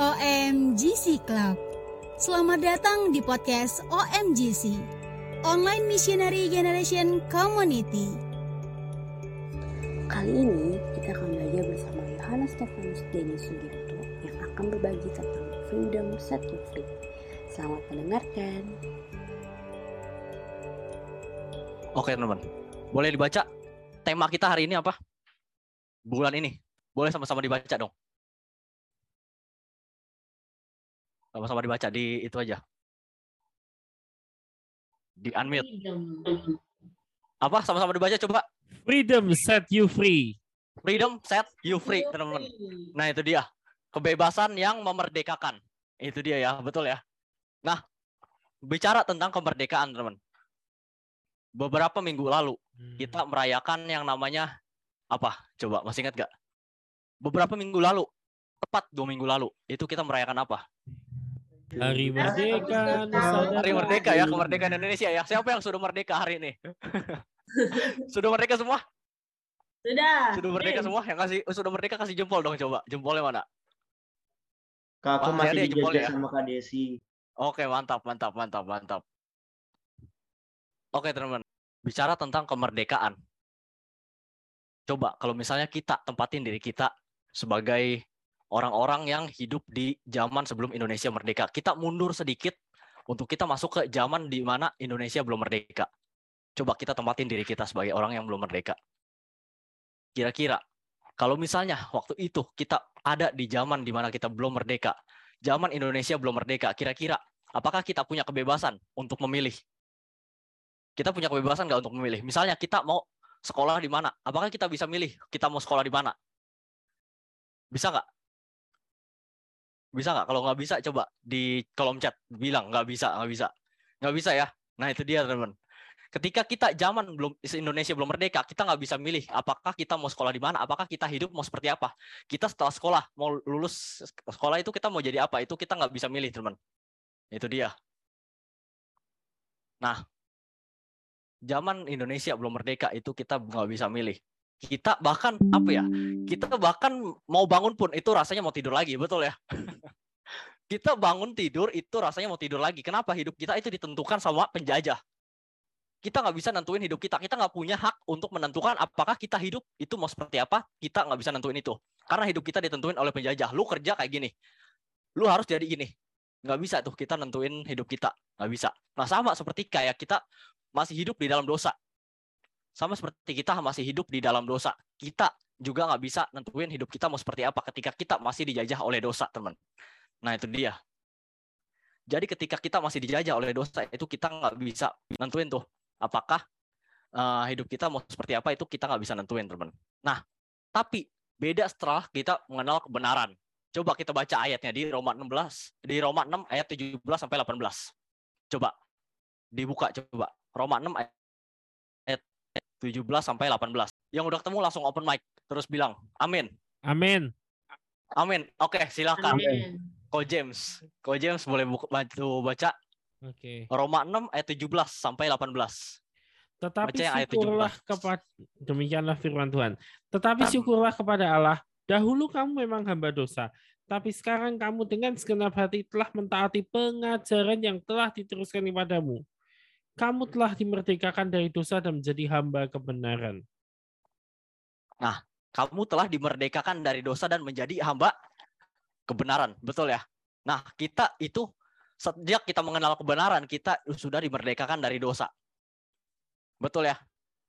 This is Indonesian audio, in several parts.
OMGC Club. Selamat datang di podcast OMGC, Online Missionary Generation Community. Kali ini kita akan belajar bersama Yohanes Stefanus Denny Sugiarto yang akan berbagi tentang Freedom Set You Free. Selamat mendengarkan. Oke teman-teman, boleh dibaca tema kita hari ini apa? Bulan ini, boleh sama-sama dibaca dong. Sama-sama dibaca di itu aja. Di unmute. Apa? Sama-sama dibaca coba. Freedom set you free. Freedom set you free, teman-teman. Nah, itu dia. Kebebasan yang memerdekakan. Itu dia ya, betul ya. Nah, bicara tentang kemerdekaan, teman-teman. Beberapa minggu lalu kita merayakan yang namanya apa? Coba, masih ingat gak? Beberapa minggu lalu, tepat 2 minggu lalu, itu kita merayakan apa? Hari Merdeka, Hari Merdeka ya, kemerdekaan Indonesia ya. Siapa yang sudah merdeka hari ini? Sudah merdeka semua? Sudah merdeka semua? Yang kasih sudah merdeka kasih jempol dong coba. Jempolnya mana? Kak, aku masih dijaga sama Kak Desi. Oke, mantap. Oke, teman-teman. Bicara tentang kemerdekaan. Coba kalau misalnya kita tempatin diri kita sebagai orang-orang yang hidup di zaman sebelum Indonesia merdeka. Kita mundur sedikit untuk kita masuk ke zaman di mana Indonesia belum merdeka. Coba kita tempatin diri kita sebagai orang yang belum merdeka. Kira-kira, kalau misalnya waktu itu kita ada di zaman di mana kita belum merdeka, zaman Indonesia belum merdeka, kira-kira apakah kita punya kebebasan untuk memilih? Kita punya kebebasan nggak untuk memilih? Misalnya kita mau sekolah di mana, apakah kita bisa milih kita mau sekolah di mana? Bisa nggak? Bisa nggak? Kalau nggak bisa, coba di kolom chat bilang nggak bisa ya. Nah itu dia teman-teman. Ketika kita zaman belum Indonesia belum merdeka, kita nggak bisa milih apakah kita mau sekolah di mana, apakah kita hidup mau seperti apa. Kita setelah sekolah mau lulus sekolah itu kita mau jadi apa, itu kita nggak bisa milih teman. Itu dia. Nah, zaman Indonesia belum merdeka itu kita nggak bisa milih. Kita bahkan apa ya? Kita bahkan mau bangun pun itu rasanya mau tidur lagi, betul ya? Kita bangun tidur itu rasanya mau tidur lagi. Kenapa? Hidup kita itu ditentukan sama penjajah. Kita nggak bisa nentuin hidup kita. Kita nggak punya hak untuk menentukan apakah kita hidup itu mau seperti apa. Kita nggak bisa nentuin itu. Karena hidup kita ditentuin oleh penjajah. Lu kerja kayak gini. Lu harus jadi gini. Nggak bisa tuh kita nentuin hidup kita. Nggak bisa. Nah sama seperti kayak kita masih hidup di dalam dosa. Sama seperti kita masih hidup di dalam dosa. Kita juga nggak bisa nentuin hidup kita mau seperti apa ketika kita masih dijajah oleh dosa, teman. Nah, itu dia. Jadi ketika kita masih dijajah oleh dosa, itu kita nggak bisa nentuin tuh. Apakah hidup kita mau seperti apa, itu kita nggak bisa nentuin, teman. Nah, tapi beda setelah kita mengenal kebenaran. Coba kita baca ayatnya di Roma 16, di Roma 6 ayat 17 sampai 18. Coba dibuka coba. Roma 6 ayat 17 sampai 18. Yang udah ketemu langsung open mic terus bilang amin. Amin. Oke, silakan. Amin. Ko James boleh bantu baca. Oke. Roma 6 ayat 17 sampai 18. Tetapi Baca ayat syukurlah 17. kepada demikianlah firman Tuhan. Tetapi syukurlah kepada Allah, dahulu kamu memang hamba dosa, tapi sekarang kamu dengan segenap hati telah mentaati pengajaran yang telah diteruskan kepadamu. Kamu telah dimerdekakan dari dosa dan menjadi hamba kebenaran. Nah, kamu telah dimerdekakan dari dosa dan menjadi hamba kebenaran, betul ya? Nah, kita itu sejak kita mengenal kebenaran, kita sudah dimerdekakan dari dosa. Betul ya?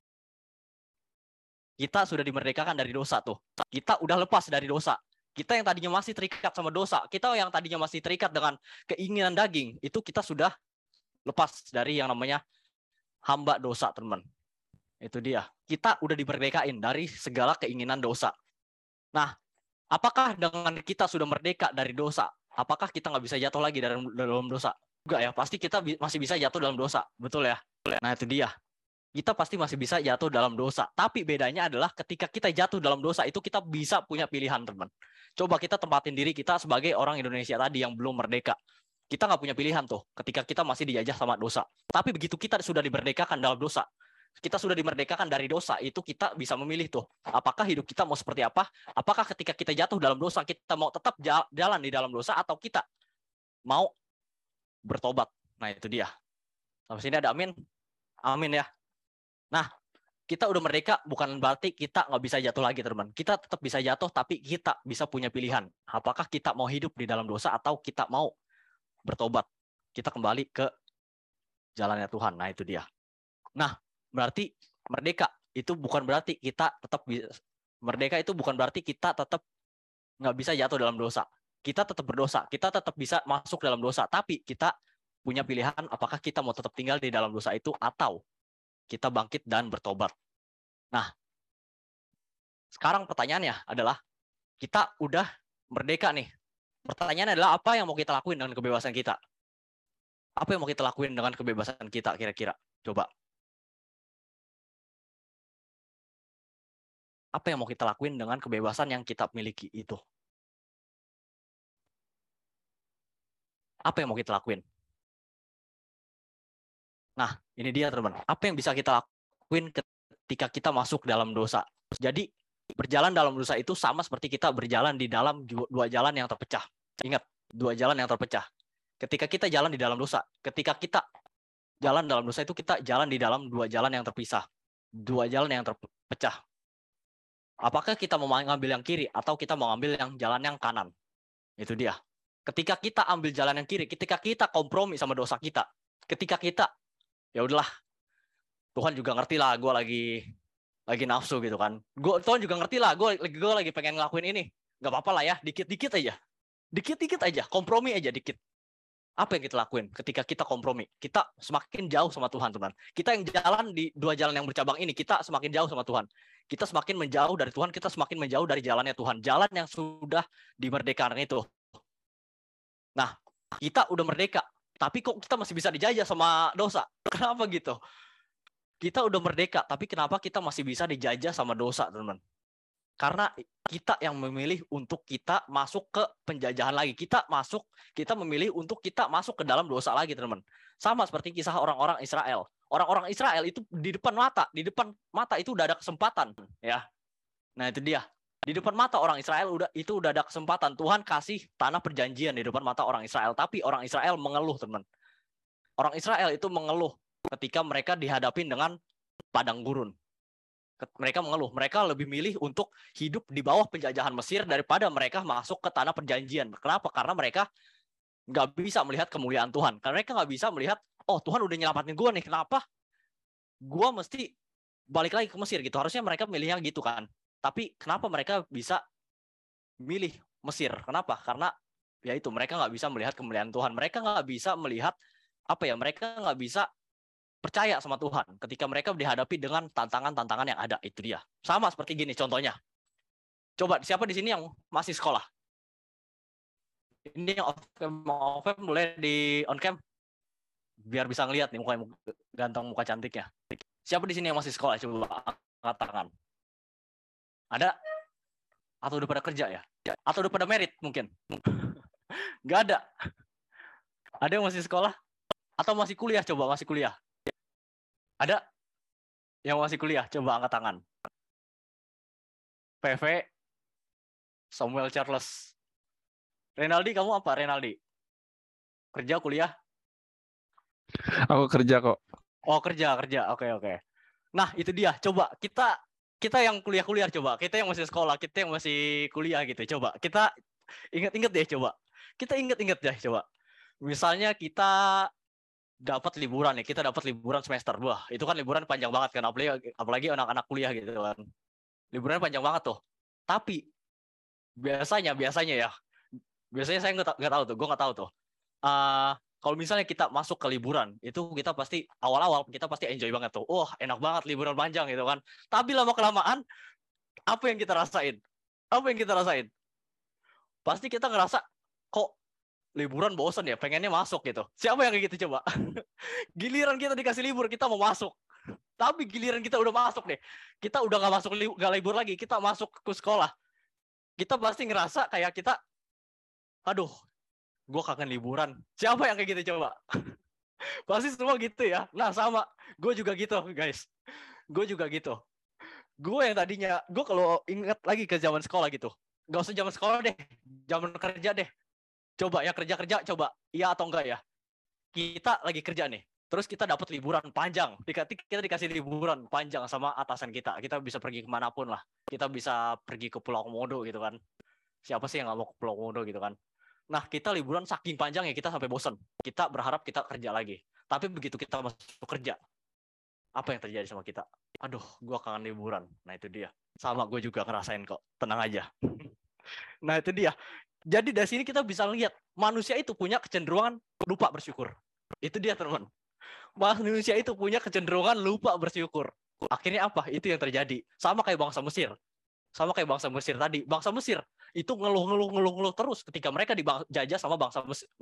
Kita sudah dimerdekakan dari dosa tuh. Kita udah lepas dari dosa. Kita yang tadinya masih terikat sama dosa, kita yang tadinya masih terikat dengan keinginan daging, itu kita sudah lepas dari yang namanya hamba dosa, teman. Itu dia. Kita udah dimerdekain dari segala keinginan dosa. Nah, apakah dengan kita sudah merdeka dari dosa, apakah kita nggak bisa jatuh lagi dalam dosa? Enggak ya, pasti kita masih bisa jatuh dalam dosa. Betul ya? Nah, itu dia. Kita pasti masih bisa jatuh dalam dosa. Tapi bedanya adalah ketika kita jatuh dalam dosa, itu kita bisa punya pilihan, teman. Coba kita tempatin diri kita sebagai orang Indonesia tadi yang belum merdeka. Kita nggak punya pilihan tuh ketika kita masih dijajah sama dosa. Tapi begitu kita sudah dimerdekakan dalam dosa, kita sudah dimerdekakan dari dosa, itu kita bisa memilih tuh, apakah hidup kita mau seperti apa, apakah ketika kita jatuh dalam dosa, kita mau tetap jalan di dalam dosa, atau kita mau bertobat. Nah itu dia. Sampai sini ada amin? Amin ya. Nah, kita udah merdeka bukan berarti kita nggak bisa jatuh lagi, teman. Kita tetap bisa jatuh, tapi kita bisa punya pilihan. Apakah kita mau hidup di dalam dosa atau kita mau bertobat? Kita kembali ke jalannya Tuhan. Nah itu dia. Nah, berarti merdeka itu bukan berarti kita tetap merdeka itu bukan berarti kita tetap nggak bisa jatuh dalam dosa. Kita tetap berdosa. Kita tetap bisa masuk dalam dosa. Tapi kita punya pilihan apakah kita mau tetap tinggal di dalam dosa itu atau kita bangkit dan bertobat. Nah, sekarang pertanyaannya adalah, kita udah merdeka nih. Pertanyaannya adalah, apa yang mau kita lakuin dengan kebebasan kita? Apa yang mau kita lakuin dengan kebebasan kita kira-kira? Coba. Apa yang mau kita lakuin dengan kebebasan yang kita miliki itu? Apa yang mau kita lakuin? Nah, ini dia teman. Apa yang bisa kita lakuin ketika kita masuk dalam dosa? Jadi, berjalan dalam dosa itu sama seperti kita berjalan di dalam dua jalan yang terpecah. Ingat, dua jalan yang terpecah. Ketika kita jalan di dalam dosa, ketika kita jalan dalam dosa itu kita jalan di dalam dua jalan yang terpisah. Dua jalan yang terpecah. Apakah kita mau ngambil yang kiri atau kita mau ngambil yang jalan yang kanan? Itu dia. Ketika kita ambil jalan yang kiri, ketika kita kompromi sama dosa kita, ketika kita ya udahlah, Tuhan juga ngerti lah, gue lagi nafsu gitu kan. Tuhan juga ngerti lah, gue lagi pengen ngelakuin ini. Gak apa-apa lah ya, dikit-dikit aja, kompromi aja dikit. Apa yang kita lakuin ketika kita kompromi? Kita semakin jauh sama Tuhan, teman. Kita yang jalan di dua jalan yang bercabang ini, kita semakin jauh sama Tuhan. Kita semakin menjauh dari Tuhan, kita semakin menjauh dari jalannya Tuhan. Jalan yang sudah dimerdekakan itu. Nah, kita udah merdeka. Tapi kok kita masih bisa dijajah sama dosa? Kenapa gitu? Kita udah merdeka, tapi kenapa kita masih bisa dijajah sama dosa, teman-teman? Karena kita yang memilih untuk kita masuk ke penjajahan lagi. Kita memilih untuk kita masuk ke dalam dosa lagi, teman-teman. Sama seperti kisah orang-orang Israel. Orang-orang Israel itu di depan mata itu udah ada kesempatan, ya. Nah, itu dia. Di depan mata orang Israel udah ada kesempatan. Tuhan kasih tanah perjanjian di depan mata orang Israel, tapi orang Israel mengeluh, teman. Orang Israel itu mengeluh ketika mereka dihadapin dengan padang gurun. Mereka mengeluh, mereka lebih milih untuk hidup di bawah penjajahan Mesir daripada mereka masuk ke tanah perjanjian. Kenapa? Karena mereka nggak bisa melihat kemuliaan Tuhan. Karena mereka nggak bisa melihat, oh Tuhan udah nyelamatin gue nih, kenapa gue mesti balik lagi ke Mesir gitu. Harusnya mereka milihnya gitu kan. Tapi kenapa mereka bisa milih Mesir? Kenapa? Karena ya itu, mereka nggak bisa melihat kemuliaan Tuhan. Mereka nggak bisa melihat mereka nggak bisa percaya sama Tuhan ketika mereka dihadapi dengan tantangan-tantangan yang ada. Itu dia. Sama seperti gini contohnya. Coba, siapa di sini yang masih sekolah? Ini yang off-cam boleh di on-cam? Biar bisa ngelihat nih muka ganteng, muka cantiknya. Siapa di sini yang masih sekolah? Coba angkat tangan. Ada? Atau udah pada kerja ya? Atau udah pada merit mungkin? Nggak ada. Ada yang masih sekolah? Atau masih kuliah? Coba masih kuliah. Ada yang masih kuliah? Coba angkat tangan. PV, Samuel Charles. Renaldi, kamu apa Renaldi? Kerja, kuliah? Aku kerja kok. Oh, kerja. Oke. Nah, itu dia. Coba kita yang kuliah coba. Kita yang masih sekolah, kita yang masih kuliah gitu. Coba kita ingat-ingat deh coba. Kita ingat-ingat deh coba. Misalnya kita dapat liburan ya, kita dapat liburan semester. Wah, itu kan liburan panjang banget kan, apalagi anak-anak kuliah gitu kan. Liburan panjang banget tuh. Tapi biasanya ya. Biasanya saya nggak tahu tuh, gue nggak tahu tuh. Kalau misalnya kita masuk ke liburan, itu kita pasti awal-awal kita pasti enjoy banget tuh. Wah, enak banget liburan panjang gitu kan. Tapi lama-kelamaan apa yang kita rasain? Pasti kita ngerasa kok liburan bosan ya, pengennya masuk gitu. Siapa yang kayak gitu coba? Giliran kita dikasih libur, kita mau masuk. Tapi giliran kita udah masuk deh. Kita udah nggak libur lagi, kita masuk ke sekolah. Kita pasti ngerasa kayak kita, aduh, gue kangen liburan. Siapa yang kayak gitu coba? Pasti semua gitu ya. Nah sama, gue juga gitu guys. Gue juga gitu. Gue yang tadinya, gue kalau ingat lagi ke zaman sekolah gitu. Gak usah zaman sekolah deh, zaman kerja deh. Coba ya kerja-kerja, coba. Iya atau enggak ya? Kita lagi kerja nih. Terus kita dapat liburan panjang. Kita dikasih liburan panjang sama atasan kita. Kita bisa pergi kemanapun lah. Kita bisa pergi ke Pulau Komodo gitu kan. Siapa sih yang nggak mau ke Pulau Komodo gitu kan. Nah kita liburan saking panjang ya kita sampai bosen. Kita berharap kita kerja lagi. Tapi begitu kita masuk kerja, apa yang terjadi sama kita? Aduh, gue kangen liburan. Nah itu dia. Sama gue juga ngerasain kok. Tenang aja. Nah itu dia. Jadi dari sini kita bisa lihat manusia itu punya kecenderungan lupa bersyukur. Itu dia teman. Manusia itu punya kecenderungan lupa bersyukur. Akhirnya apa? Itu yang terjadi. Sama kayak bangsa Mesir. Sama kayak bangsa Mesir tadi. Bangsa Mesir itu ngeluh terus ketika mereka dijajah sama bangsa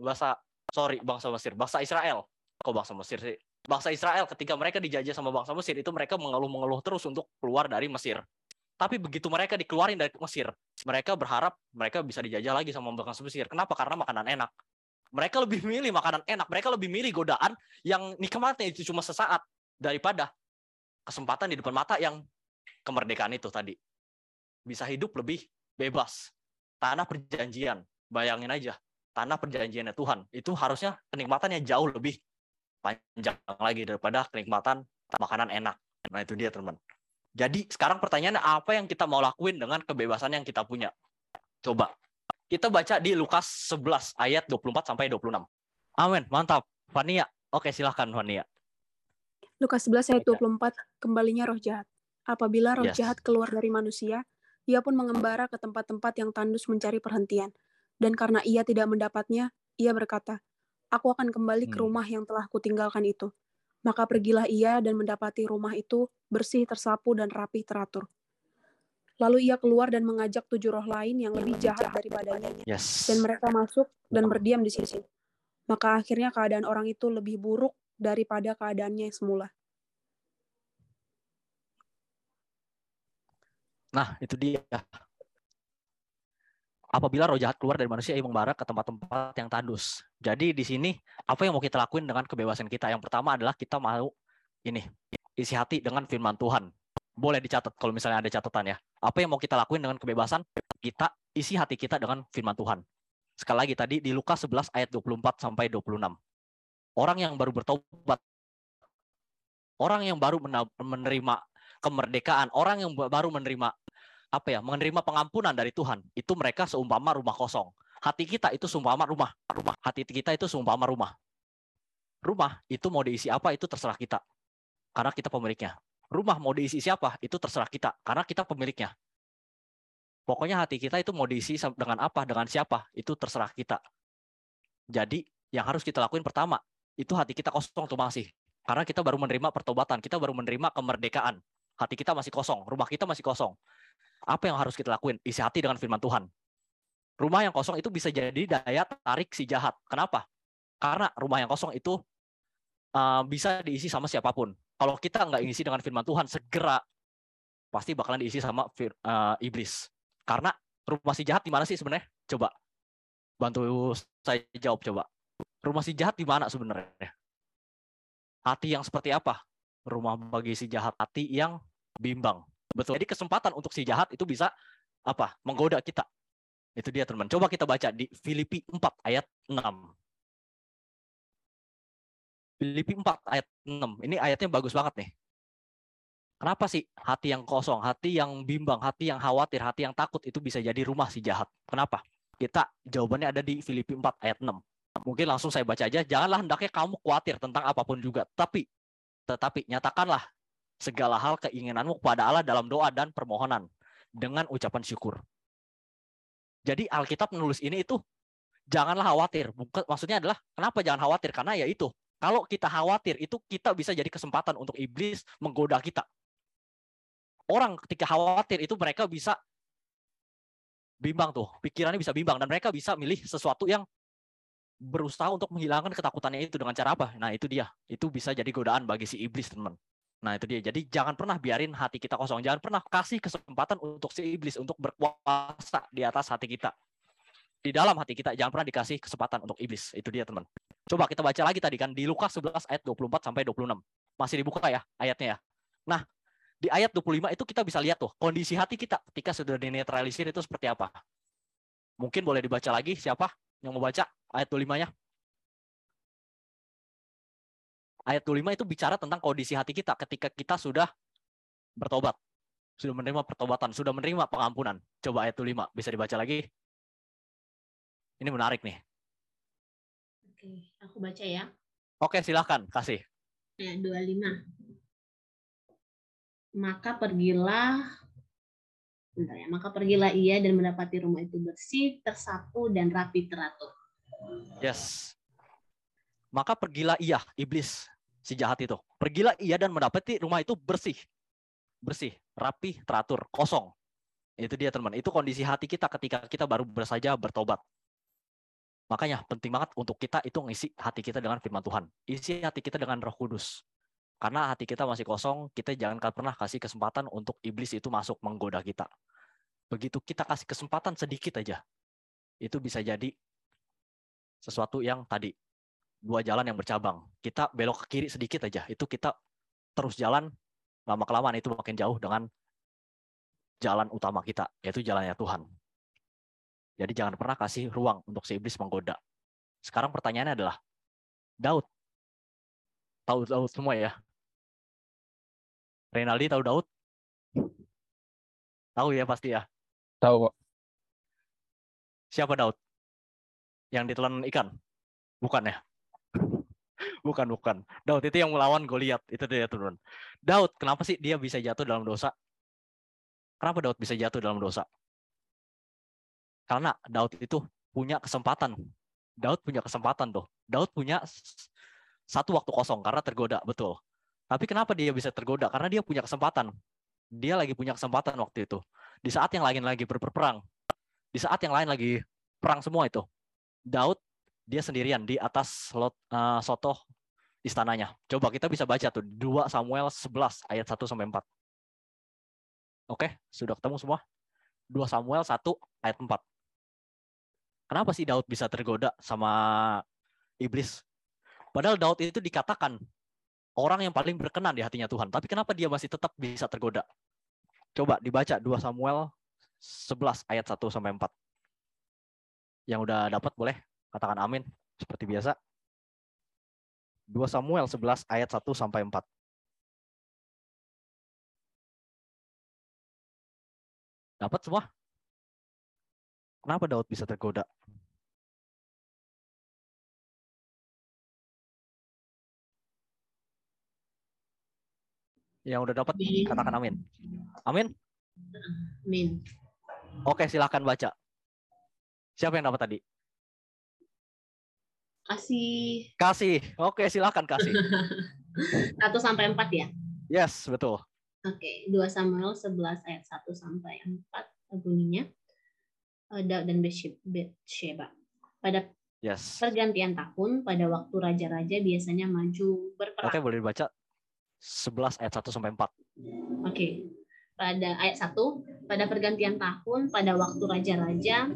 Mesir, bangsa Israel. Kok bangsa Mesir sih? Bangsa Israel ketika mereka dijajah sama bangsa Mesir itu mereka mengeluh terus untuk keluar dari Mesir. Tapi begitu mereka dikeluarin dari Mesir, mereka berharap mereka bisa dijajah lagi sama bangsa Mesir. Kenapa? Karena makanan enak. Mereka lebih milih makanan enak, mereka lebih milih godaan yang nikmatnya itu cuma sesaat daripada kesempatan di depan mata yang kemerdekaan itu tadi. Bisa hidup lebih bebas. Tanah perjanjian, bayangin aja. Tanah perjanjiannya Tuhan, itu harusnya kenikmatannya jauh lebih panjang lagi daripada kenikmatan makanan enak. Nah itu dia teman. Jadi sekarang pertanyaannya apa yang kita mau lakuin dengan kebebasan yang kita punya? Coba. Kita baca di Lukas 11 ayat 24 sampai 26. Amin, mantap. Fania. Oke, silahkan Fania. Lukas 11 ayat 24, kembalinya roh jahat. Apabila roh jahat keluar dari manusia, ia pun mengembara ke tempat-tempat yang tandus mencari perhentian. Dan karena ia tidak mendapatnya, ia berkata, aku akan kembali ke rumah yang telah kutinggalkan itu. Maka pergilah ia dan mendapati rumah itu bersih, tersapu, dan rapi teratur. Lalu ia keluar dan mengajak 7 roh lain yang lebih jahat daripadanya. Dan mereka masuk dan berdiam di situ. Maka akhirnya keadaan orang itu lebih buruk daripada keadaannya semula. Nah, itu dia. Apabila roh jahat keluar dari manusia, ia membara ke tempat-tempat yang tandus. Jadi di sini, apa yang mau kita lakuin dengan kebebasan kita? Yang pertama adalah kita mau isi hati dengan firman Tuhan. Boleh dicatat kalau misalnya ada catatan ya. Apa yang mau kita lakuin dengan kebebasan? Kita isi hati kita dengan firman Tuhan. Sekali lagi tadi di Lukas 11 ayat 24 sampai 26. Orang yang baru bertobat, orang yang baru menerima kemerdekaan, orang yang baru menerima menerima pengampunan dari Tuhan, itu mereka seumpama rumah kosong. Hati kita itu seumpama rumah. Hati kita itu seumpama rumah. Rumah itu mau diisi apa itu terserah kita. Karena kita pemiliknya. Rumah mau diisi siapa itu terserah kita. Karena kita pemiliknya. Pokoknya hati kita itu mau diisi dengan apa, dengan siapa, itu terserah kita. Jadi yang harus kita lakuin pertama, itu hati kita kosong tuh masih. Karena kita baru menerima pertobatan, kita baru menerima kemerdekaan. Hati kita masih kosong, rumah kita masih kosong. Apa yang harus kita lakuin? Isi hati dengan firman Tuhan. Rumah yang kosong itu bisa jadi daya tarik si jahat. Kenapa? Karena rumah yang kosong itu bisa diisi sama siapapun. Kalau kita nggak isi dengan firman Tuhan, segera pasti bakalan diisi sama iblis. Karena rumah si jahat di mana sih sebenarnya? Coba bantu saya jawab coba. Rumah si jahat di mana sebenarnya? Hati yang seperti apa? Rumah bagi si jahat, hati yang bimbang. Betul. Jadi kesempatan untuk si jahat itu bisa menggoda kita. Itu dia teman. Coba kita baca di Filipi 4 ayat 6. Filipi 4 ayat 6. Ini ayatnya bagus banget nih. Kenapa sih hati yang kosong, hati yang bimbang, hati yang khawatir, hati yang takut itu bisa jadi rumah si jahat? Kenapa? Jawabannya ada di Filipi 4 ayat 6. Mungkin langsung saya baca aja. Janganlah hendaknya kamu khawatir tentang apapun juga. Tetapi nyatakanlah segala hal keinginanmu kepada Allah dalam doa dan permohonan dengan ucapan syukur. Jadi Alkitab menulis ini itu janganlah khawatir. Maksudnya adalah kenapa jangan khawatir? Karena ya itu. Kalau kita khawatir itu kita bisa jadi kesempatan untuk iblis menggoda kita. Orang ketika khawatir itu mereka bisa bimbang tuh. Pikirannya bisa bimbang dan mereka bisa milih sesuatu yang berusaha untuk menghilangkan ketakutannya itu dengan cara apa? Nah itu dia. Itu bisa jadi godaan bagi si iblis teman. Nah itu dia. Jadi jangan pernah biarin hati kita kosong. Jangan pernah kasih kesempatan untuk si iblis untuk berkuasa di atas hati kita. Di dalam hati kita jangan pernah dikasih kesempatan untuk iblis. Itu dia teman. Coba kita baca lagi tadi kan di Lukas 11 ayat 24 sampai 26. Masih dibuka ya ayatnya ya. Nah, di ayat 25 itu kita bisa lihat tuh kondisi hati kita ketika sudah dinetralisir itu seperti apa. Mungkin boleh dibaca lagi, siapa yang mau baca ayat 25-nya? Ayat 25 itu bicara tentang kondisi hati kita ketika kita sudah bertobat. Sudah menerima pertobatan, sudah menerima pengampunan. Coba ayat 25 bisa dibaca lagi. Ini menarik nih. Oke, aku baca ya. Oke, silahkan, kasih. Ayat 25. Maka pergilah ia dan mendapati rumah itu bersih, tersapu, dan rapi teratur. Yes. Maka pergilah ia, iblis, si jahat itu. Pergilah ia dan mendapati rumah itu bersih. Bersih, rapi, teratur, kosong. Itu dia teman. Itu kondisi hati kita ketika kita baru saja bertobat. Makanya penting banget untuk kita itu ngisi hati kita dengan firman Tuhan. Isi hati kita dengan Roh Kudus. Karena hati kita masih kosong, kita jangan pernah kasih kesempatan untuk iblis itu masuk menggoda kita. Begitu kita kasih kesempatan sedikit aja, itu bisa jadi sesuatu yang tadi, dua jalan yang bercabang. Kita belok ke kiri sedikit aja, itu kita terus jalan, lama-kelamaan itu makin jauh dengan jalan utama kita, yaitu jalannya Tuhan. Jadi jangan pernah kasih ruang untuk si iblis menggoda. Sekarang pertanyaannya adalah, Daud. Tahu Daud semua ya? Renaldi tahu Daud? Tahu ya pasti ya? Tahu kok. Siapa Daud? Yang ditelan ikan? Bukan ya? Bukan. Daud itu yang melawan Goliat. Itu dia turun. Daud, kenapa sih dia bisa jatuh dalam dosa? Kenapa Daud bisa jatuh dalam dosa? Karena Daud itu punya kesempatan. Daud punya kesempatan tuh. Daud punya satu waktu kosong karena tergoda, betul. Tapi kenapa dia bisa tergoda? Karena dia punya kesempatan. Dia lagi punya kesempatan waktu itu. Di saat yang lain lagi berperang. Di saat yang lain lagi perang semua itu. Daud, dia sendirian di atas sotoh istananya. Coba kita bisa baca tuh. 2 Samuel 11 ayat 1 sampai 4. Oke, sudah ketemu semua? 2 Samuel 1 ayat 4. Kenapa sih Daud bisa tergoda sama iblis? Padahal Daud itu dikatakan orang yang paling berkenan di hatinya Tuhan. Tapi kenapa dia masih tetap bisa tergoda? Coba dibaca 2 Samuel 11 ayat 1 sampai 4. Yang udah dapat boleh katakan amin seperti biasa. 2 Samuel 11 ayat 1 sampai 4. Dapat semua? Kenapa Daud bisa tergoda? Yang udah dapat katakan amin. Amin? Amin. Oke, silakan baca. Siapa yang dapat tadi? Kasih. Oke, silakan kasih. 1 sampai 4 ya? Yes, betul. Oke, 2 Samuel 11 ayat 1 sampai 4 bunyinya. Daud dan Bathsheba. Pada pergantian tahun, pada waktu raja-raja biasanya maju berperang. Oke, boleh dibaca 11 ayat 1 sampai 4. Oke. Pada ayat 1, pada pergantian tahun, pada waktu raja-raja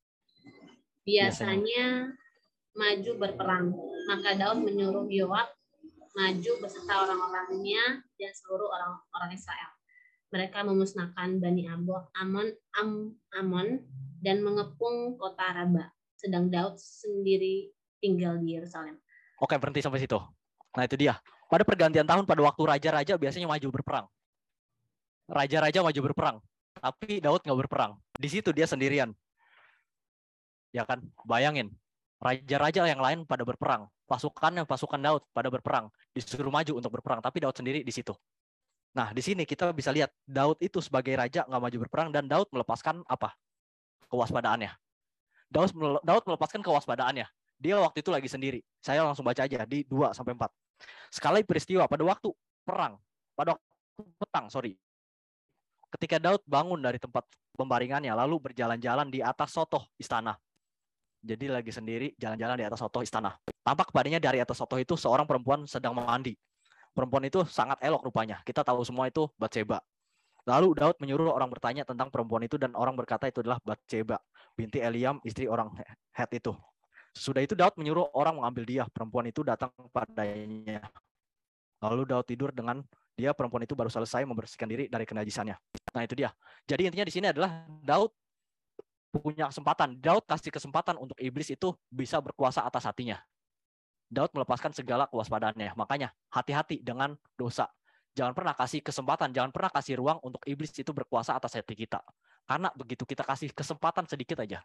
biasanya maju berperang. Maka Daud menyuruh Yoab maju beserta orang-orangnya dan seluruh orang-orang Israel. Mereka memusnahkan Bani Amon dan mengepung kota Raba. Sedang Daud sendiri tinggal di Yerusalem. Oke, berhenti sampai situ. Nah, itu dia. Pada pergantian tahun, pada waktu raja-raja biasanya maju berperang. Raja-raja maju berperang. Tapi Daud nggak berperang. Di situ dia sendirian. Ya kan? Bayangin. Raja-raja yang lain pada berperang. Pasukan Daud pada berperang. Disuruh maju untuk berperang. Tapi Daud sendiri di situ. Nah, di sini kita bisa lihat Daud itu sebagai raja nggak maju berperang dan Daud melepaskan apa? Kewaspadaannya. Daud melepaskan kewaspadaannya. Dia waktu itu lagi sendiri. Saya langsung baca aja di 2 sampai 4. Sekali peristiwa pada waktu perang, pada waktu petang, ketika Daud bangun dari tempat pembaringannya lalu berjalan-jalan di atas sotoh istana. Jadi lagi sendiri jalan-jalan di atas sotoh istana. Tampak kepadanya dari atas sotoh itu seorang perempuan sedang mandi. Perempuan itu sangat elok rupanya. Kita tahu semua itu Bathsheba. Lalu Daud menyuruh orang bertanya tentang perempuan itu dan orang berkata itu adalah Bathsheba, binti Eliam, istri orang Het itu. Sesudah itu Daud menyuruh orang mengambil dia, perempuan itu datang padanya. Lalu Daud tidur dengan dia, perempuan itu baru selesai membersihkan diri dari kenajisannya. Nah itu dia. Jadi intinya di sini adalah Daud punya kesempatan. Daud kasih kesempatan untuk iblis itu bisa berkuasa atas hatinya. Daud melepaskan segala kewaspadaannya. Makanya hati-hati dengan dosa. Jangan pernah kasih kesempatan, jangan pernah kasih ruang untuk iblis itu berkuasa atas hati kita. Karena begitu kita kasih kesempatan sedikit aja,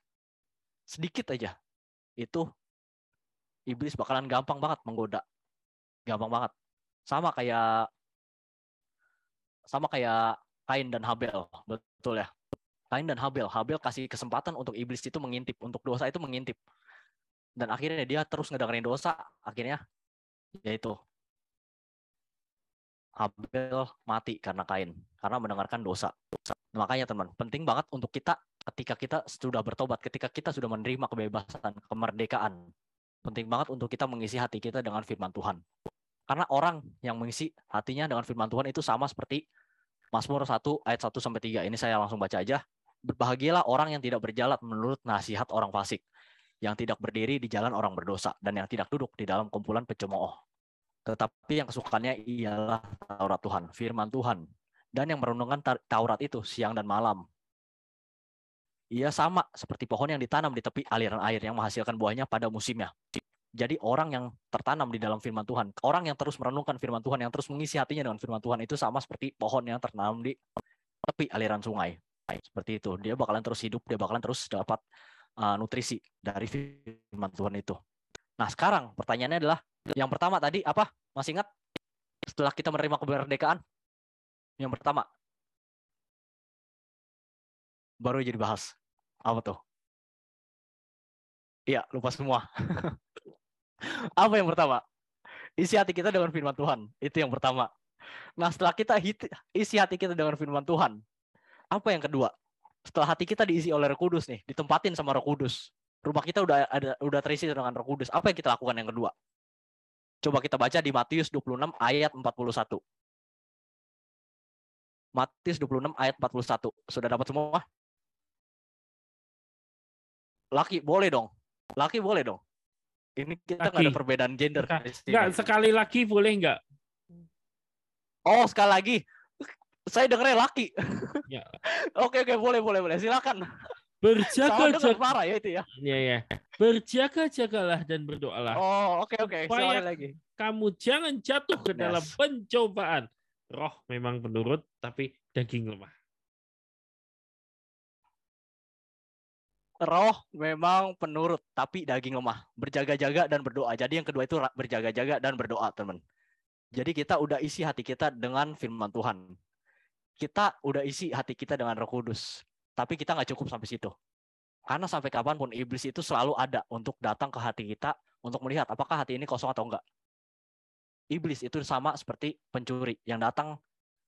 itu iblis bakalan gampang banget menggoda. Gampang banget. Sama kayak Kain dan Habel, betul ya. Kain dan Habel kasih kesempatan untuk iblis itu mengintip, untuk dosa itu mengintip. Dan akhirnya dia terus ngedengerin dosa, akhirnya yaitu Habel mati karena Kain, karena mendengarkan dosa. Makanya teman, penting banget untuk kita ketika kita sudah bertobat, ketika kita sudah menerima kebebasan, kemerdekaan, penting banget untuk kita mengisi hati kita dengan firman Tuhan. Karena orang yang mengisi hatinya dengan firman Tuhan itu sama seperti Mazmur 1 ayat 1-3. Ini saya langsung baca aja. Berbahagialah orang yang tidak berjalan menurut nasihat orang fasik, yang tidak berdiri di jalan orang berdosa, dan yang tidak duduk di dalam kumpulan pencemooh. Tetapi yang kesukaannya ialah Taurat Tuhan, firman Tuhan, dan yang merenungkan Taurat itu siang dan malam. Ia sama seperti pohon yang ditanam di tepi aliran air yang menghasilkan buahnya pada musimnya. Jadi orang yang tertanam di dalam firman Tuhan, orang yang terus merenungkan firman Tuhan, yang terus mengisi hatinya dengan firman Tuhan itu sama seperti pohon yang tertanam di tepi aliran sungai. Seperti itu, dia bakalan terus hidup, dia bakalan terus dapat nutrisi dari firman Tuhan itu. Nah sekarang pertanyaannya adalah, yang pertama tadi apa? Masih ingat? Setelah kita menerima kemerdekaan, yang pertama baru jadi bahas. Apa tuh? Iya, lupa semua. Apa yang pertama? Isi hati kita dengan firman Tuhan. Itu yang pertama. Nah, setelah kita isi hati kita dengan firman Tuhan, apa yang kedua? Setelah hati kita diisi oleh Roh Kudus nih, ditempatin sama Roh Kudus. Rumah kita udah terisi dengan Roh Kudus. Apa yang kita lakukan yang kedua? Coba kita baca di Matius 26 ayat 41. Matius 26 ayat 41. Sudah dapat semua? Laki boleh dong. Laki boleh dong. Ini kita nggak ada perbedaan gender. Nggak, sekali lagi boleh nggak? Oh, sekali lagi. Saya dengernya laki. Ya. Oke, boleh. Silakan. Berjaga-jaga. Marah ya itu ya. Iya. Berjaga-jagalah dan berdoalah. Oh, oke. Supaya lagi. Kamu jangan jatuh ke dalam pencobaan. Roh memang penurut, tapi daging lemah. Roh memang penurut, tapi daging lemah. Berjaga-jaga dan berdoa. Jadi yang kedua itu berjaga-jaga dan berdoa, teman. Jadi kita udah isi hati kita dengan firman Tuhan. Kita udah isi hati kita dengan Roh Kudus. Tapi kita nggak cukup sampai situ. Karena sampai kapanpun iblis itu selalu ada untuk datang ke hati kita untuk melihat apakah hati ini kosong atau enggak. Iblis itu sama seperti pencuri yang datang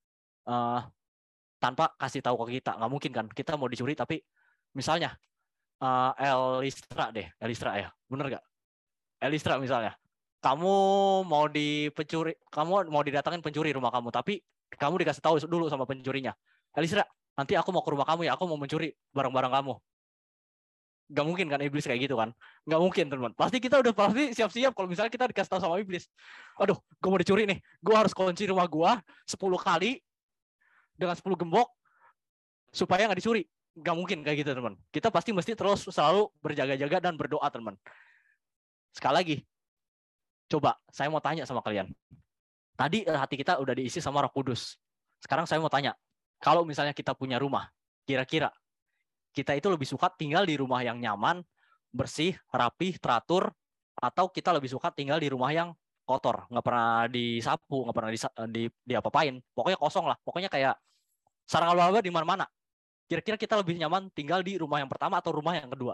tanpa kasih tahu ke kita. Nggak mungkin kan? Kita mau dicuri tapi misalnya Elistra ya, bener nggak? Elistra misalnya, kamu mau didatangin pencuri rumah kamu, tapi kamu dikasih tahu dulu sama pencurinya, Elistra, nanti aku mau ke rumah kamu ya, aku mau mencuri barang-barang kamu. Gak mungkin kan iblis kayak gitu kan? Gak mungkin teman. Pasti kita udah siap-siap kalau misalnya kita dikasih tahu sama iblis, aduh, gue mau dicuri nih, gue harus kunci rumah gue 10 kali dengan 10 gembok supaya nggak dicuri. Gak mungkin kayak gitu teman. Kita pasti mesti terus selalu berjaga-jaga dan berdoa teman. Sekali lagi, coba saya mau tanya sama kalian. Tadi hati kita udah diisi sama Roh Kudus. Sekarang saya mau tanya, kalau misalnya kita punya rumah, kira-kira kita itu lebih suka tinggal di rumah yang nyaman, bersih, rapih, teratur, atau kita lebih suka tinggal di rumah yang kotor, nggak pernah disapu, nggak pernah diapa-apain, pokoknya kosong lah, pokoknya kayak sarang laba-laba di mana-mana. Kira-kira kita lebih nyaman tinggal di rumah yang pertama atau rumah yang kedua?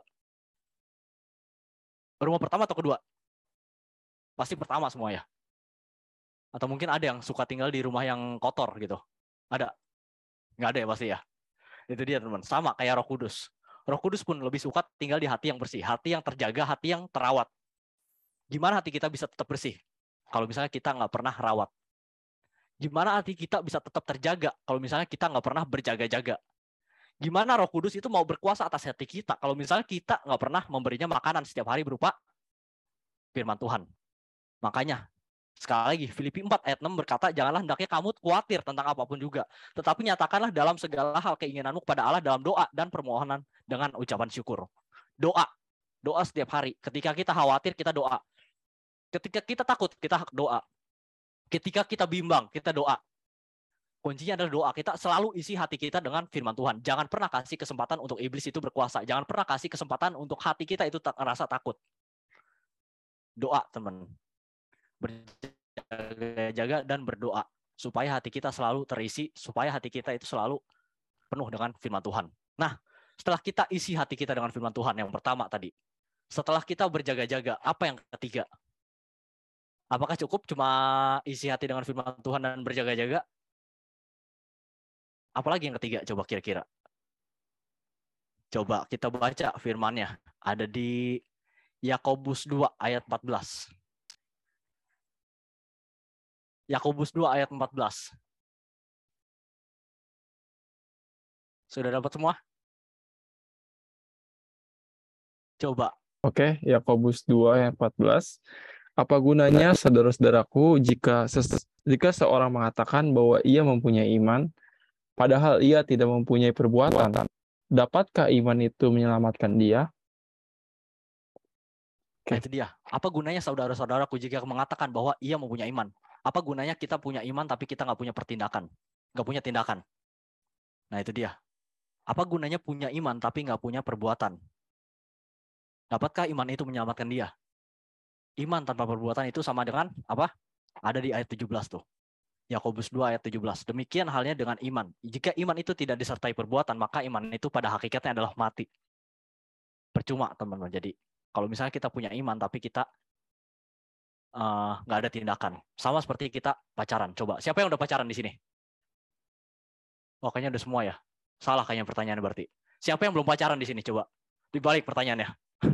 Rumah pertama atau kedua? Pasti pertama semua ya. Atau mungkin ada yang suka tinggal di rumah yang kotor gitu. Ada? Nggak ada ya pasti ya. Itu dia teman. Sama kayak Roh Kudus. Roh Kudus pun lebih suka tinggal di hati yang bersih, hati yang terjaga, hati yang terawat. Gimana hati kita bisa tetap bersih kalau misalnya kita nggak pernah rawat? Gimana hati kita bisa tetap terjaga kalau misalnya kita nggak pernah berjaga-jaga? Gimana Roh Kudus itu mau berkuasa atas hati kita kalau misalnya kita nggak pernah memberinya makanan setiap hari berupa firman Tuhan. Makanya sekali lagi Filipi 4 ayat 6 berkata, janganlah hendaknya kamu khawatir tentang apapun juga, tetapi nyatakanlah dalam segala hal keinginanmu kepada Allah dalam doa dan permohonan dengan ucapan syukur. Doa setiap hari. Ketika kita khawatir, kita doa. Ketika kita takut, kita doa. Ketika kita bimbang, kita doa. Kuncinya adalah doa. Kita selalu isi hati kita dengan firman Tuhan. Jangan pernah kasih kesempatan untuk iblis itu berkuasa. Jangan pernah kasih kesempatan untuk hati kita itu merasa takut. Doa, teman. Berjaga-jaga dan berdoa supaya hati kita selalu terisi, supaya hati kita itu selalu penuh dengan firman Tuhan. Nah, setelah kita isi hati kita dengan firman Tuhan yang pertama tadi, setelah kita berjaga-jaga, apa yang ketiga? Apakah cukup cuma isi hati dengan firman Tuhan dan berjaga-jaga? Apalagi yang ketiga coba kira-kira? Coba kita baca firman-Nya. Ada di Yakobus 2 ayat 14. Yakobus 2 ayat 14. Sudah dapat semua? Coba. Oke, Yakobus 2 ayat 14. Apa gunanya, saudara-saudaraku, jika seorang mengatakan bahwa ia mempunyai iman, padahal ia tidak mempunyai perbuatan? Dapatkah iman itu menyelamatkan dia? Nah, itu dia. Apa gunanya saudara-saudaraku jika mengatakan bahwa ia mempunyai iman? Apa gunanya kita punya iman tapi kita nggak punya pertindakan? Nggak punya tindakan? Nah, itu dia. Apa gunanya punya iman tapi nggak punya perbuatan? Dapatkah iman itu menyelamatkan dia? Iman tanpa perbuatan itu sama dengan apa? Ada di ayat 17 tuh. Yakobus 2 ayat 17. Demikian halnya dengan iman. Jika iman itu tidak disertai perbuatan, maka iman itu pada hakikatnya adalah mati. Percuma, teman-teman. Jadi, kalau misalnya kita punya iman tapi kita nggak ada tindakan. Sama seperti kita pacaran. Coba, siapa yang udah pacaran di sini? Oh, kayaknya udah semua ya. Salah kayaknya pertanyaan berarti. Siapa yang belum pacaran di sini? Coba, dibalik pertanyaannya.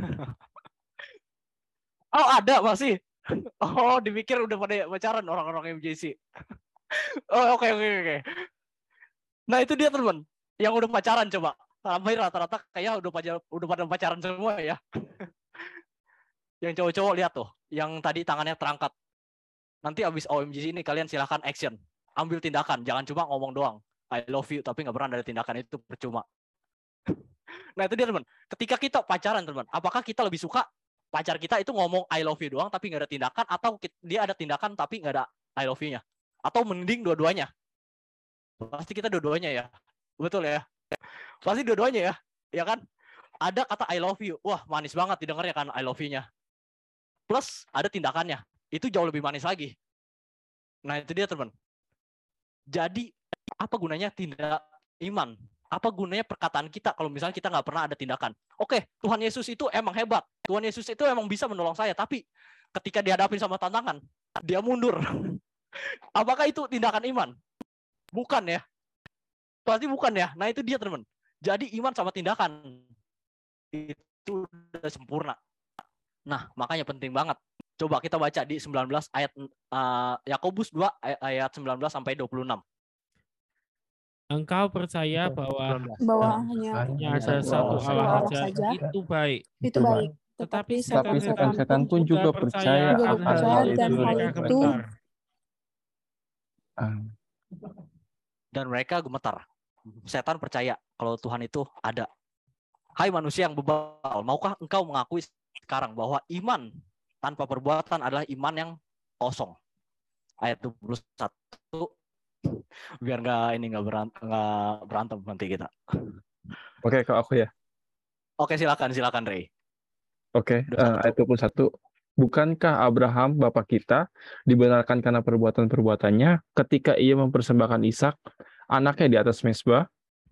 Oh, ada masih. Oh, dipikir udah pada pacaran orang-orang MJC. Oh, oke. Nah, itu dia, teman. Yang udah pacaran coba. Hampir rata-rata kayak udah pada pacaran semua ya. Yang cowok-cowok lihat tuh, yang tadi tangannya terangkat. Nanti abis OMG ini kalian silahkan action. Ambil tindakan, jangan cuma ngomong doang. I love you, tapi nggak pernah ada tindakan, itu percuma. Nah, itu dia, teman. Ketika kita pacaran, teman, apakah kita lebih suka pacar kita itu ngomong I love you doang tapi nggak ada tindakan, atau dia ada tindakan tapi nggak ada I love you-nya? Atau mending dua-duanya? Pasti kita dua-duanya ya. Betul ya? Pasti dua-duanya ya. Ya kan? Ada kata I love you. Wah, manis banget didengarnya kan I love you-nya. Plus ada tindakannya. Itu jauh lebih manis lagi. Nah, itu dia, teman. Jadi, apa gunanya tindak iman? Apa gunanya perkataan kita kalau misalnya kita nggak pernah ada tindakan? Oke, Tuhan Yesus itu emang hebat. Tuhan Yesus itu emang bisa menolong saya. Tapi ketika dihadapin sama tantangan, dia mundur. Apakah itu tindakan iman? Bukan ya. Pasti bukan ya. Nah, itu dia, teman. Jadi iman sama tindakan itu udah sempurna. Nah, makanya penting banget. Coba kita baca di 19 ayat Yakobus 2 ayat 19 sampai 26. Engkau percaya bahwa hanya ada satu Allah saja, itu baik. Itu baik. Tetapi setan pun juga percaya akan hal itu. Dan mereka gemetar. Setan percaya kalau Tuhan itu ada. Hai manusia yang bebal, maukah engkau mengakui sekarang bahwa iman tanpa perbuatan adalah iman yang kosong? Ayat 21. Biar nggak berantem nanti kita. Oke, kalau aku ya. Oke, silakan Ray. Oke, ayat 21. Bukankah Abraham bapak kita dibenarkan karena perbuatan-perbuatannya ketika ia mempersembahkan Ishak anaknya di atas mezbah?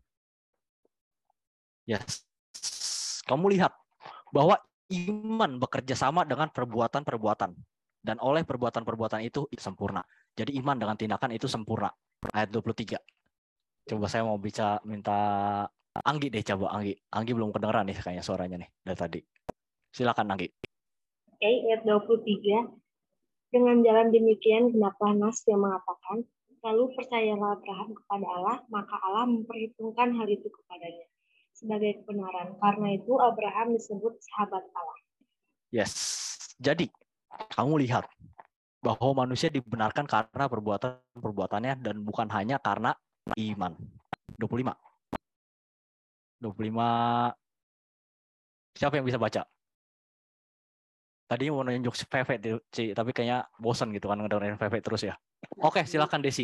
Yes. Kamu lihat bahwa iman bekerja sama dengan perbuatan-perbuatan. Dan oleh perbuatan-perbuatan itu sempurna. Jadi iman dengan tindakan itu sempurna. Ayat 23. Coba saya mau minta Anggi deh, coba Anggi. Anggi belum kedengeran nih kayaknya suaranya nih dari tadi. Silakan Anggi. Oke, ayat 23. Dengan jalan demikian genaplah nas yang mengatakan, lalu percayalah Abraham kepada Allah, maka Allah memperhitungkan hal itu kepadanya sebagai kebenaran. Karena itu Abraham disebut sahabat Allah. Yes. Jadi Kamu lihat bahwa manusia dibenarkan karena perbuatannya dan bukan hanya karena iman. 25. Siapa yang bisa baca? Tadi mau nunjuk VV tapi kayaknya bosan gitu kan ngedengerin VV terus ya. Oke, silakan Desi.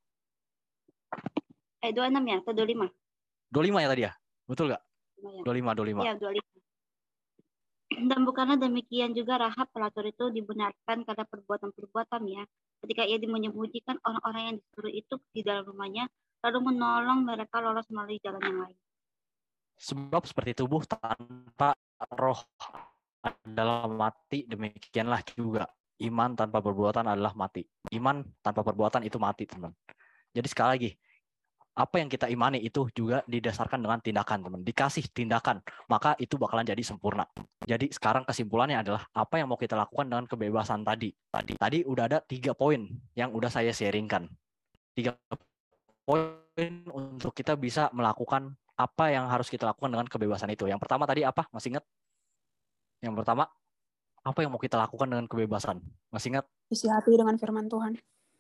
26 ya atau 25? 25 ya tadi ya? Betul nggak? 25. Iya, 25. Dan bukanlah demikian juga Rahab pelatur itu dibenarkan karena perbuatan-perbuatan ya. Ketika ia menyembunyikan orang-orang yang disuruh itu di dalam rumahnya, lalu menolong mereka lolos melalui jalan yang lain. Sebab seperti tubuh tanpa roh adalah mati, demikianlah juga iman tanpa perbuatan adalah mati. Iman tanpa perbuatan itu mati, teman. Jadi sekali lagi, apa yang kita imani itu juga didasarkan dengan tindakan, teman. Dikasih tindakan, maka itu bakalan jadi sempurna. Jadi sekarang kesimpulannya adalah apa yang mau kita lakukan dengan kebebasan tadi. Tadi udah ada 3 poin yang udah saya sharingkan. 3 poin untuk kita bisa melakukan apa yang harus kita lakukan dengan kebebasan itu. Yang pertama tadi apa? Masih ingat? Yang pertama, apa yang mau kita lakukan dengan kebebasan? Masih ingat? Isi hati dengan firman Tuhan.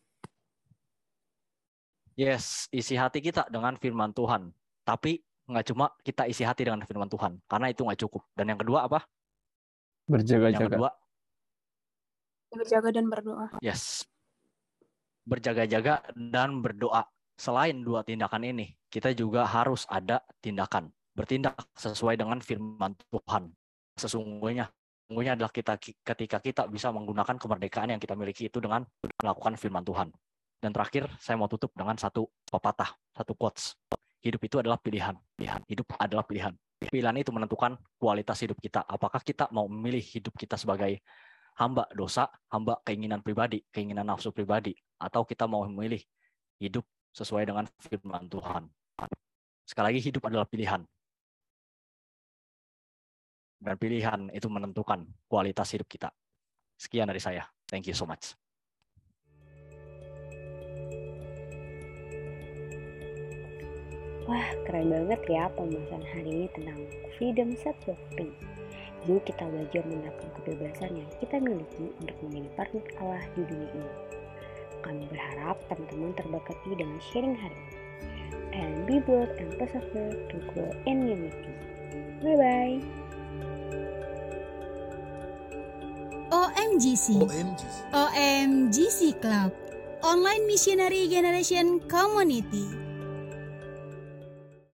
Yes, isi hati kita dengan firman Tuhan. Tapi nggak cuma kita isi hati dengan firman Tuhan, karena itu nggak cukup. Dan yang kedua apa? Berjaga-jaga. Yang kedua, berjaga dan berdoa. yes, berjaga-jaga dan berdoa. Selain 2 tindakan ini, kita juga harus ada tindakan. Bertindak sesuai dengan firman Tuhan. Sesungguhnya adalah ketika kita bisa menggunakan kemerdekaan yang kita miliki itu dengan melakukan firman Tuhan. Dan terakhir, saya mau tutup dengan satu pepatah, satu quotes. Hidup itu adalah pilihan. Hidup adalah pilihan. Pilihan itu menentukan kualitas hidup kita. Apakah kita mau memilih hidup kita sebagai hamba dosa, hamba keinginan pribadi, keinginan nafsu pribadi, atau kita mau memilih hidup sesuai dengan firman Tuhan. Sekali lagi, hidup adalah pilihan. Dan pilihan itu menentukan kualitas hidup kita. Sekian dari saya. Thank you so much. Wah, keren banget ya pembahasan hari ini tentang freedom set you free. Yuk kita belajar menerapkan kebebasan yang kita miliki untuk menjadi partner Allah di dunia ini. Kami berharap teman-teman terberkati dengan sharing hari ini. And be bold and persevere to grow in unity. Bye-bye. OMGC Club, Online Missionary Generation Community.